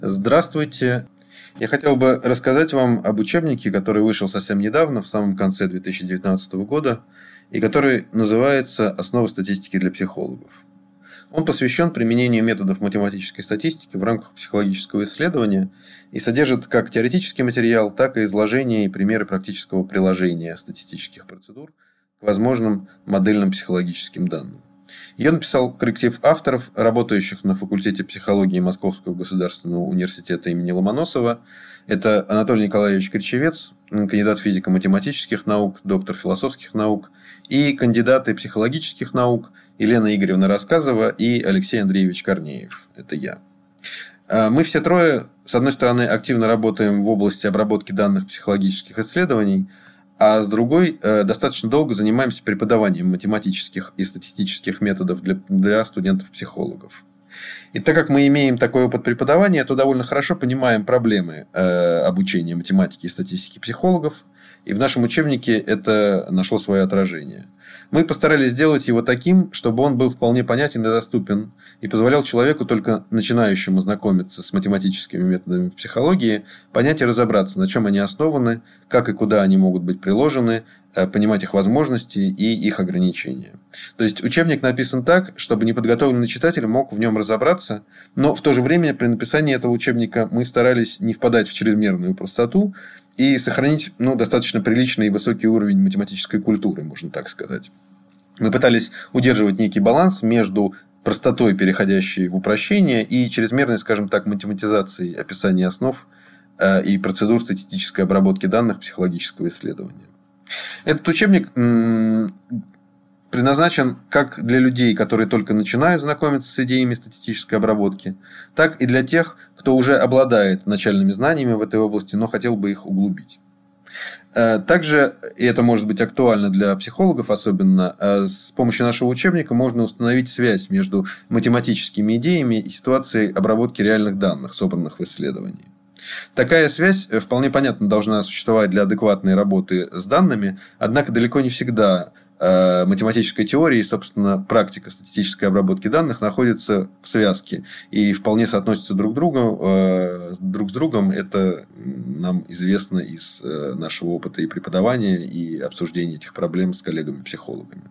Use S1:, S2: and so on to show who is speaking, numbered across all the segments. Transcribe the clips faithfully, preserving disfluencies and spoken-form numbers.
S1: Здравствуйте. Я хотел бы рассказать вам об учебнике, который вышел совсем недавно, в самом конце две тысячи девятнадцатого года, и который называется «Основы статистики для психологов». Он посвящен применению методов математической статистики в рамках психологического исследования и содержит как теоретический материал, так и изложение и примеры практического приложения статистических процедур к возможным модельным психологическим данным. Ее написал коллектив авторов, работающих на факультете психологии Московского государственного университета имени Ломоносова. Это Анатолий Николаевич Кричевец, кандидат физико-математических наук, доктор философских наук, и кандидаты психологических наук Елена Игоревна Рассказова и Алексей Андреевич Корнеев. Это я. Мы все трое, с одной стороны, активно работаем в области обработки данных психологических исследований, а с другой, достаточно долго занимаемся преподаванием математических и статистических методов для, для студентов-психологов. И так как мы имеем такой опыт преподавания, то довольно хорошо понимаем проблемы э, обучения математики и статистики психологов, и в нашем учебнике это нашло свое отражение. Мы постарались сделать его таким, чтобы он был вполне понятен и доступен, и позволял человеку, только начинающему знакомиться с математическими методами психологии, понять и разобраться, на чем они основаны, как и куда они могут быть приложены, понимать их возможности и их ограничения. То есть учебник написан так, чтобы неподготовленный читатель мог в нем разобраться, но в то же время при написании этого учебника мы старались не впадать в чрезмерную простоту и сохранить ну, достаточно приличный и высокий уровень математической культуры, можно так сказать. Мы пытались удерживать некий баланс между простотой, переходящей в упрощение, и чрезмерной, скажем так, математизацией описания основ и процедур статистической обработки данных психологического исследования. Этот учебник предназначен как для людей, которые только начинают знакомиться с идеями статистической обработки, так и для тех, кто уже обладает начальными знаниями в этой области, но хотел бы их углубить. Также, и это может быть актуально для психологов особенно, с помощью нашего учебника можно установить связь между математическими идеями и ситуацией обработки реальных данных, собранных в исследовании. Такая связь вполне понятно должна существовать для адекватной работы с данными, однако далеко не всегда математическая теория и, собственно, практика статистической обработки данных находятся в связке и вполне соотносятся друг к другу, друг с другом. Это нам известно из нашего опыта и преподавания, и обсуждения этих проблем с коллегами-психологами.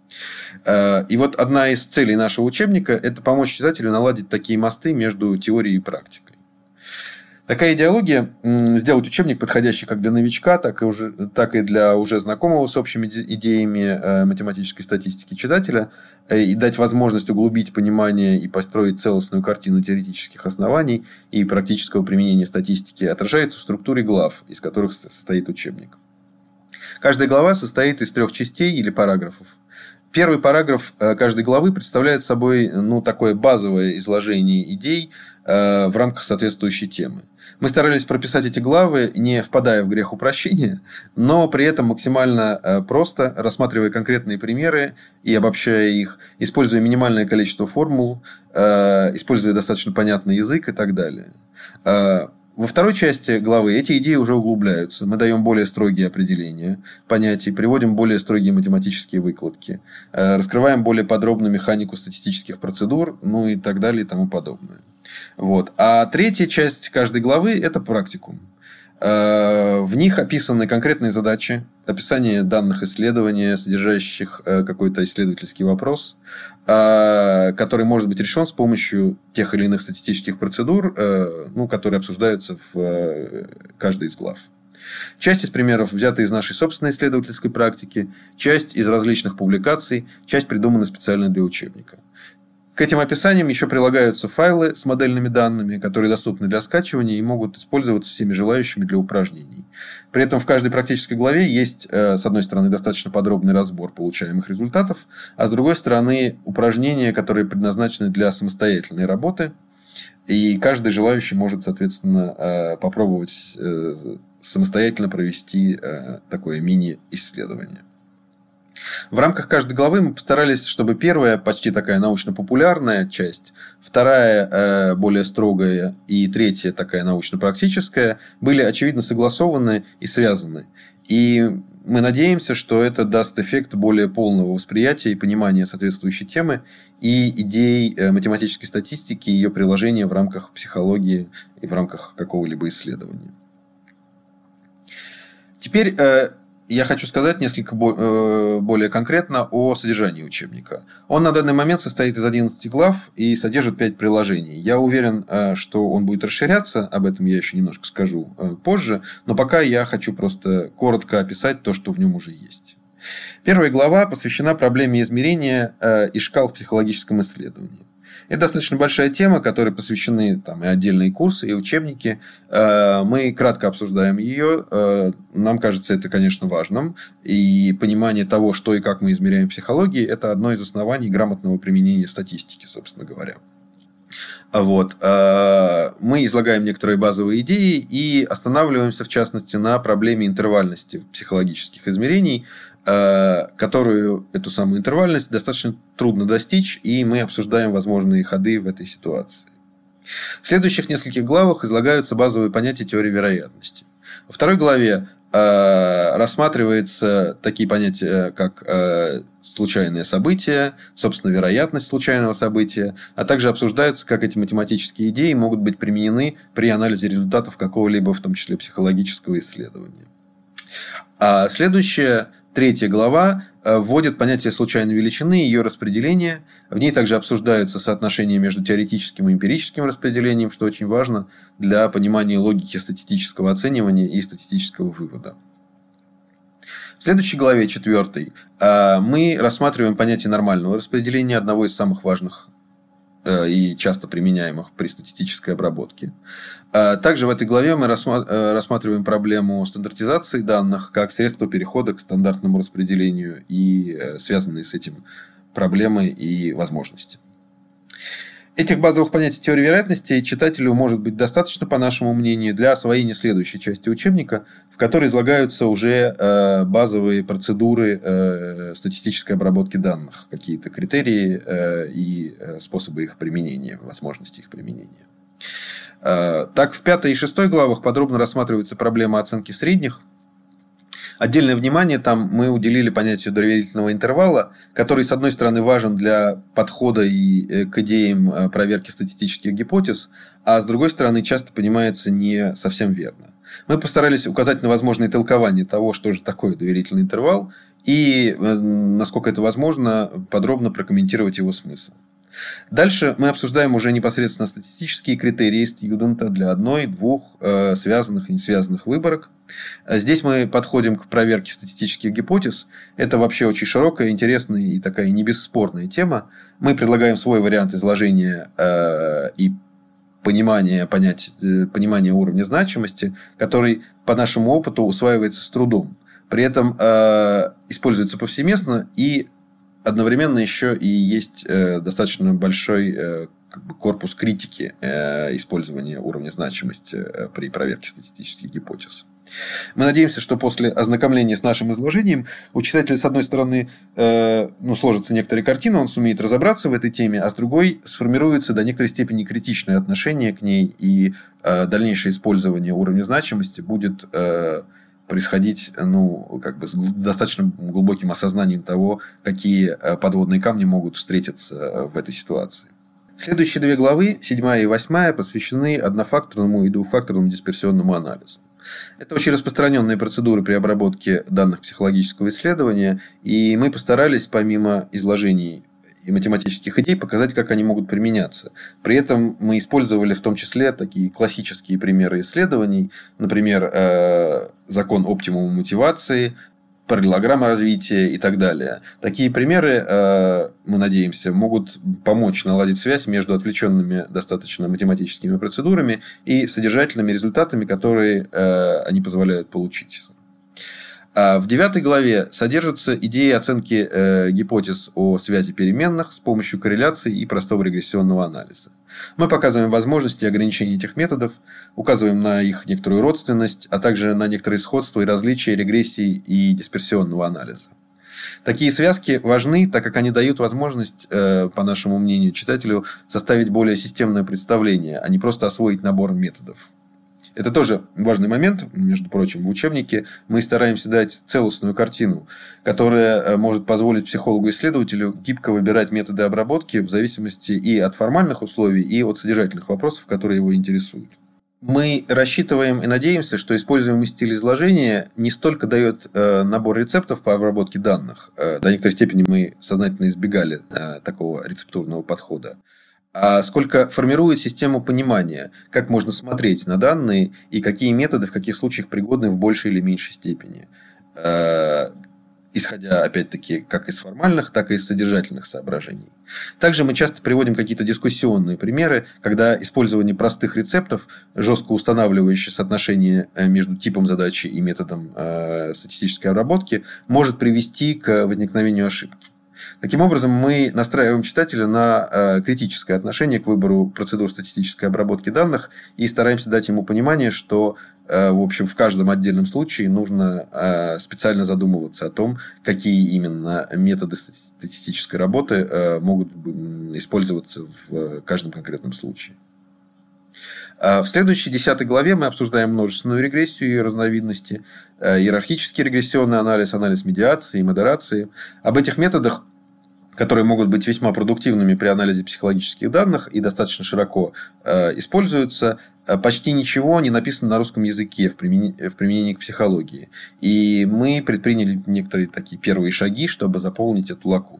S1: И вот одна из целей нашего учебника – это помочь читателю наладить такие мосты между теорией и практикой. Такая идеология – сделать учебник, подходящий как для новичка, так и, уже, так и для уже знакомого с общими идеями математической статистики читателя, и дать возможность углубить понимание и построить целостную картину теоретических оснований и практического применения статистики, отражается в структуре глав, из которых состоит учебник. Каждая глава состоит из трех частей или параграфов. Первый параграф каждой главы представляет собой ну, такое базовое изложение идей в рамках соответствующей темы. Мы старались прописать эти главы, не впадая в грех упрощения, но при этом максимально просто, рассматривая конкретные примеры и обобщая их, используя минимальное количество формул, используя достаточно понятный язык и так далее. Во второй части главы эти идеи уже углубляются. Мы даем более строгие определения понятий, приводим более строгие математические выкладки, раскрываем более подробно механику статистических процедур, ну и так далее и тому подобное. Вот. А третья часть каждой главы – это практикум. В них описаны конкретные задачи, описание данных исследования, содержащих какой-то исследовательский вопрос, который может быть решен с помощью тех или иных статистических процедур, ну, которые обсуждаются в каждой из глав. Часть из примеров взята из нашей собственной исследовательской практики, часть из различных публикаций, часть придумана специально для учебника. К этим описаниям еще прилагаются файлы с модельными данными, которые доступны для скачивания и могут использоваться всеми желающими для упражнений. При этом в каждой практической главе есть, с одной стороны, достаточно подробный разбор получаемых результатов, а с другой стороны, упражнения, которые предназначены для самостоятельной работы. И каждый желающий может, соответственно, попробовать самостоятельно провести такое мини-исследование. В рамках каждой главы мы постарались, чтобы первая, почти такая научно-популярная часть, вторая, более строгая, и третья, такая научно-практическая, были очевидно согласованы и связаны. И мы надеемся, что это даст эффект более полного восприятия и понимания соответствующей темы и идей математической статистики и ее приложения в рамках психологии и в рамках какого-либо исследования. Теперь я хочу сказать несколько более конкретно о содержании учебника. Он на данный момент состоит из одиннадцати глав и содержит пять приложений. Я уверен, что он будет расширяться, об этом я еще немножко скажу позже, но пока я хочу просто коротко описать то, что в нем уже есть. Первая глава посвящена проблеме измерения и шкал в психологическом исследовании. Это достаточно большая тема, которой посвящены там, и отдельные курсы, и учебники. Мы кратко обсуждаем ее. Нам кажется это, конечно, важным. И понимание того, что и как мы измеряем в психологии, это одно из оснований грамотного применения статистики, собственно говоря. Вот. Мы излагаем некоторые базовые идеи и останавливаемся, в частности, на проблеме интервальности психологических измерений, которую, эту самую интервальность, достаточно трудно достичь, и мы обсуждаем возможные ходы в этой ситуации. В следующих нескольких главах излагаются базовые понятия теории вероятности. Во второй главе рассматриваются такие понятия, как случайное событие, собственно, вероятность случайного события, а также обсуждаются, как эти математические идеи могут быть применены при анализе результатов какого-либо, в том числе психологического исследования. А следующая, третья глава вводит понятие случайной величины и ее распределения. В ней также обсуждаются соотношения между теоретическим и эмпирическим распределением, что очень важно для понимания логики статистического оценивания и статистического вывода. В следующей главе, четвертой, мы рассматриваем понятие нормального распределения, одного из самых важных и часто применяемых при статистической обработке. Также в этой главе мы рассматриваем проблему стандартизации данных как средство перехода к стандартному распределению и связанные с этим проблемы и возможности. Этих базовых понятий теории вероятности читателю может быть достаточно, по нашему мнению, для освоения следующей части учебника, в которой излагаются уже базовые процедуры статистической обработки данных, какие-то критерии и способы их применения, возможности их применения. Так, в пятой и шестой главах подробно рассматривается проблема оценки средних. Отдельное внимание там мы уделили понятию доверительного интервала, который, с одной стороны, важен для подхода и к идеям проверки статистических гипотез, а с другой стороны, часто понимается не совсем верно. Мы постарались указать на возможные толкования того, что же такое доверительный интервал, и, насколько это возможно, подробно прокомментировать его смысл. Дальше мы обсуждаем уже непосредственно статистические критерии студента для одной, двух э, связанных и не связанных выборок. Здесь мы подходим к проверке статистических гипотез. Это вообще очень широкая, интересная и такая не бесспорная тема. Мы предлагаем свой вариант изложения э, и понимания, понять, э, понимания уровня значимости, который по нашему опыту усваивается с трудом. При этом э, используется повсеместно и одновременно еще и есть достаточно большой корпус критики использования уровня значимости при проверке статистических гипотез. Мы надеемся, что после ознакомления с нашим изложением у читателя, с одной стороны, ну, сложится некоторая картина, он сумеет разобраться в этой теме, а с другой сформируется до некоторой степени критичное отношение к ней, и дальнейшее использование уровня значимости будет происходить, ну, как бы с достаточно глубоким осознанием того, какие подводные камни могут встретиться в этой ситуации. Следующие две главы, седьмая и восьмая, посвящены однофакторному и двухфакторному дисперсионному анализу. Это очень распространенные процедуры при обработке данных психологического исследования, и мы постарались, помимо изложений и математических идей, показать, как они могут применяться. При этом мы использовали в том числе такие классические примеры исследований, например, закон оптимума мотивации, параллелограмма развития и так далее. Такие примеры, мы надеемся, могут помочь наладить связь между отвлеченными достаточно математическими процедурами и содержательными результатами, которые они позволяют получить. В девятой главе содержатся идеи оценки э, гипотез о связи переменных с помощью корреляции и простого регрессионного анализа. Мы показываем возможности и ограничения этих методов, указываем на их некоторую родственность, а также на некоторые сходства и различия регрессии и дисперсионного анализа. Такие связки важны, так как они дают возможность, э, по нашему мнению, читателю составить более системное представление, а не просто освоить набор методов. Это тоже важный момент, между прочим, в учебнике мы стараемся дать целостную картину, которая может позволить психологу-исследователю гибко выбирать методы обработки в зависимости и от формальных условий, и от содержательных вопросов, которые его интересуют. Мы рассчитываем и надеемся, что используемый стиль изложения не столько дает э, набор рецептов по обработке данных, э, до некоторой степени мы сознательно избегали э, такого рецептурного подхода, а сколько формирует систему понимания, как можно смотреть на данные и какие методы в каких случаях пригодны в большей или меньшей степени, э, исходя, опять-таки, как из формальных, так и из содержательных соображений. Также мы часто приводим какие-то дискуссионные примеры, когда использование простых рецептов, жестко устанавливающие соотношение между типом задачи и методом э, статистической обработки, может привести к возникновению ошибки. Таким образом, мы настраиваем читателя на э, критическое отношение к выбору процедур статистической обработки данных и стараемся дать ему понимание, что э, в общем, в каждом отдельном случае нужно э, специально задумываться о том, какие именно методы статистической работы э, могут использоваться в каждом конкретном случае. В следующей, десятой главе мы обсуждаем множественную регрессию и ее разновидности, иерархический регрессионный анализ, анализ медиации и модерации. Об этих методах, которые могут быть весьма продуктивными при анализе психологических данных и достаточно широко используются, почти ничего не написано на русском языке в применении, в применении к психологии. И мы предприняли некоторые такие первые шаги, чтобы заполнить эту лакуну.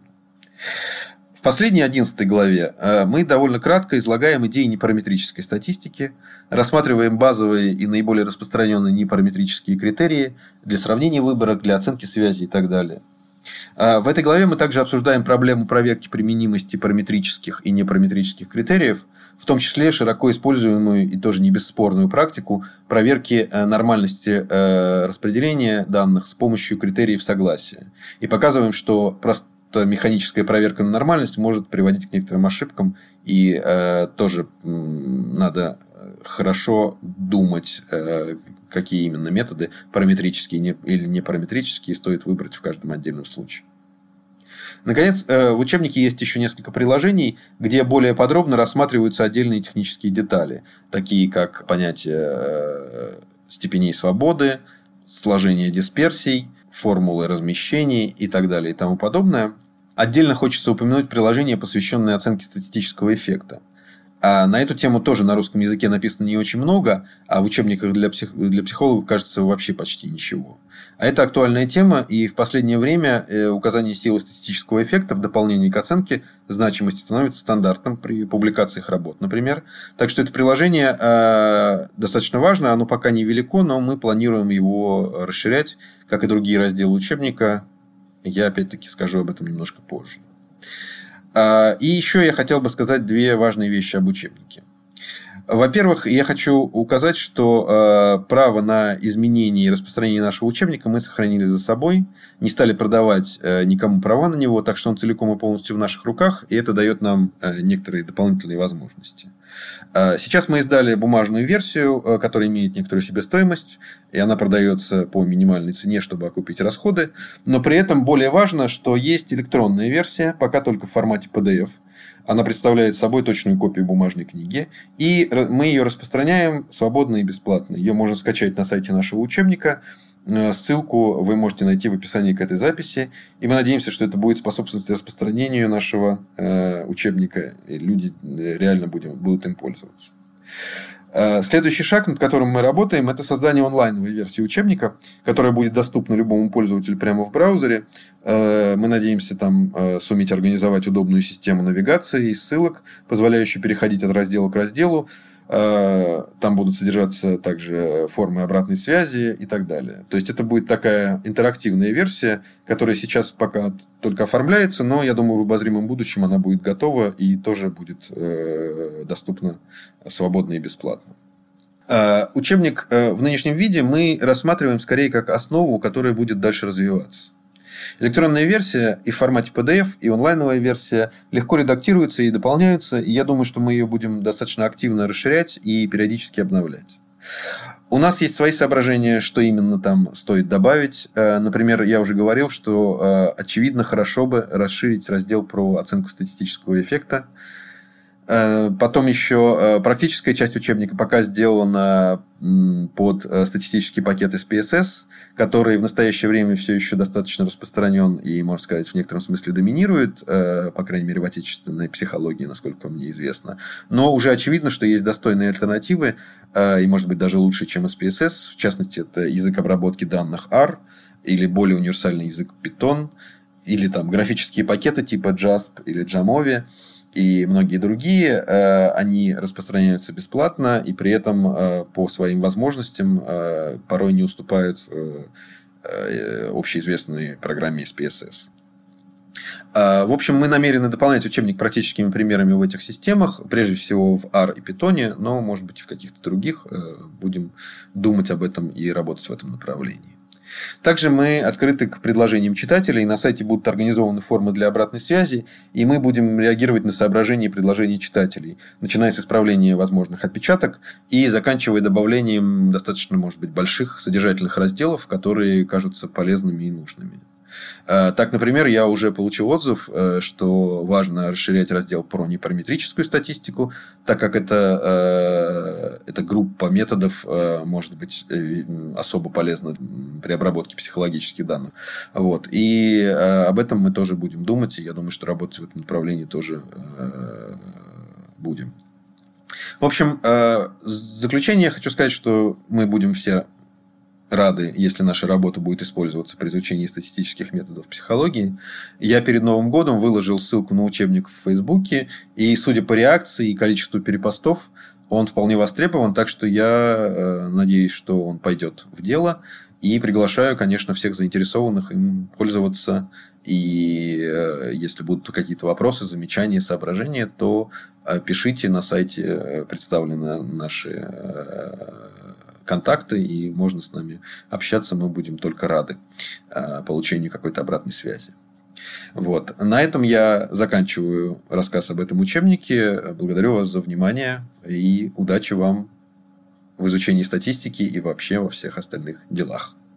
S1: В последней, одиннадцатой главе мы довольно кратко излагаем идеи непараметрической статистики, рассматриваем базовые и наиболее распространенные непараметрические критерии для сравнения выборок, для оценки связей и так далее. В этой главе мы также обсуждаем проблему проверки применимости параметрических и непараметрических критериев, в том числе широко используемую и тоже не бесспорную практику проверки нормальности распределения данных с помощью критериев согласия. И показываем, что просто механическая проверка на нормальность может приводить к некоторым ошибкам, и э, тоже надо хорошо думать, э, какие именно методы параметрические или непараметрические стоит выбрать в каждом отдельном случае. Наконец, э, в учебнике есть еще несколько приложений, где более подробно рассматриваются отдельные технические детали, такие как понятие э, степеней свободы, сложение дисперсий, формулы размещений и так далее и тому подобное. Отдельно хочется упомянуть приложение, посвященное оценке статистического эффекта. А на эту тему тоже на русском языке написано не очень много, а в учебниках для, псих... для психологов, кажется, вообще почти ничего. А это актуальная тема, и в последнее время указание силы статистического эффекта в дополнение к оценке значимости становится стандартом при публикациях работ, например. Так что это приложение э, достаточно важно, оно пока не велико, но мы планируем его расширять, как и другие разделы учебника. Я опять-таки скажу об этом немножко позже. И еще я хотел бы сказать две важные вещи об учебнике. Во-первых, я хочу указать, что право на изменение и распространение нашего учебника мы сохранили за собой, не стали продавать никому права на него, так что он целиком и полностью в наших руках, и это дает нам некоторые дополнительные возможности. Сейчас мы издали бумажную версию, которая имеет некоторую себестоимость, и она продается по минимальной цене, чтобы окупить расходы. Но при этом более важно, что есть электронная версия, пока только в формате пи ди эф. Она представляет собой точную копию бумажной книги, и мы ее распространяем свободно и бесплатно. Ее можно скачать на сайте нашего учебника. Ссылку вы можете найти в описании к этой записи. И мы надеемся, что это будет способствовать распространению нашего э, учебника. И люди реально будем, будут им пользоваться. Э, следующий шаг, над которым мы работаем, это создание онлайновой версии учебника, которая будет доступна любому пользователю прямо в браузере. Э, мы надеемся там э, суметь организовать удобную систему навигации и ссылок, позволяющую переходить от раздела к разделу. Там будут содержаться также формы обратной связи и так далее. То есть это будет такая интерактивная версия, которая сейчас пока только оформляется, но я думаю, в обозримом будущем она будет готова и тоже будет доступна свободно и бесплатно. Учебник в нынешнем виде мы рассматриваем скорее как основу, которая будет дальше развиваться. Электронная версия и в формате пи ди эф, и онлайновая версия легко редактируются и дополняются, и я думаю, что мы ее будем достаточно активно расширять и периодически обновлять. У нас есть свои соображения, что именно там стоит добавить. Например, я уже говорил, что, очевидно, хорошо бы расширить раздел про оценку статистического эффекта. Потом еще практическая часть учебника пока сделана под статистический пакет эс пи эс эс, который в настоящее время все еще достаточно распространен и, можно сказать, в некотором смысле доминирует, по крайней мере, в отечественной психологии, насколько мне известно. Но уже очевидно, что есть достойные альтернативы, и, может быть, даже лучше, чем эс пи эс эс. В частности, это язык обработки данных ар или более универсальный язык Python, или там графические пакеты типа джасп или Jamovi. И многие другие, они распространяются бесплатно и при этом по своим возможностям порой не уступают общеизвестной программе эс пи эс эс. В общем, мы намерены дополнять учебник практическими примерами в этих системах, прежде всего в ар и Python, но, может быть, и в каких-то других будем думать об этом и работать в этом направлении. Также мы открыты к предложениям читателей. На сайте будут организованы формы для обратной связи, и мы будем реагировать на соображения и предложения читателей, начиная с исправления возможных опечаток и заканчивая добавлением достаточно, может быть, больших содержательных разделов, которые кажутся полезными и нужными. Так, например, я уже получил отзыв, что важно расширять раздел про непараметрическую статистику, так как это, эта группа методов может быть особо полезна при обработке психологических данных. Вот. И об этом мы тоже будем думать, и я думаю, что работать в этом направлении тоже будем. В общем, в заключение я хочу сказать, что мы будем все рады, если наша работа будет использоваться при изучении статистических методов психологии. Я перед Новым годом выложил ссылку на учебник в Фейсбуке, и, судя по реакции и количеству перепостов, он вполне востребован, так что я надеюсь, что он пойдет в дело, и приглашаю, конечно, всех заинтересованных им пользоваться. И если будут какие-то вопросы, замечания, соображения, то пишите, на сайте представлены наши контакты, и можно с нами общаться, мы будем только рады получению какой-то обратной связи. Вот. На этом я заканчиваю рассказ об этом учебнике. Благодарю вас за внимание и удачи вам в изучении статистики и вообще во всех остальных делах.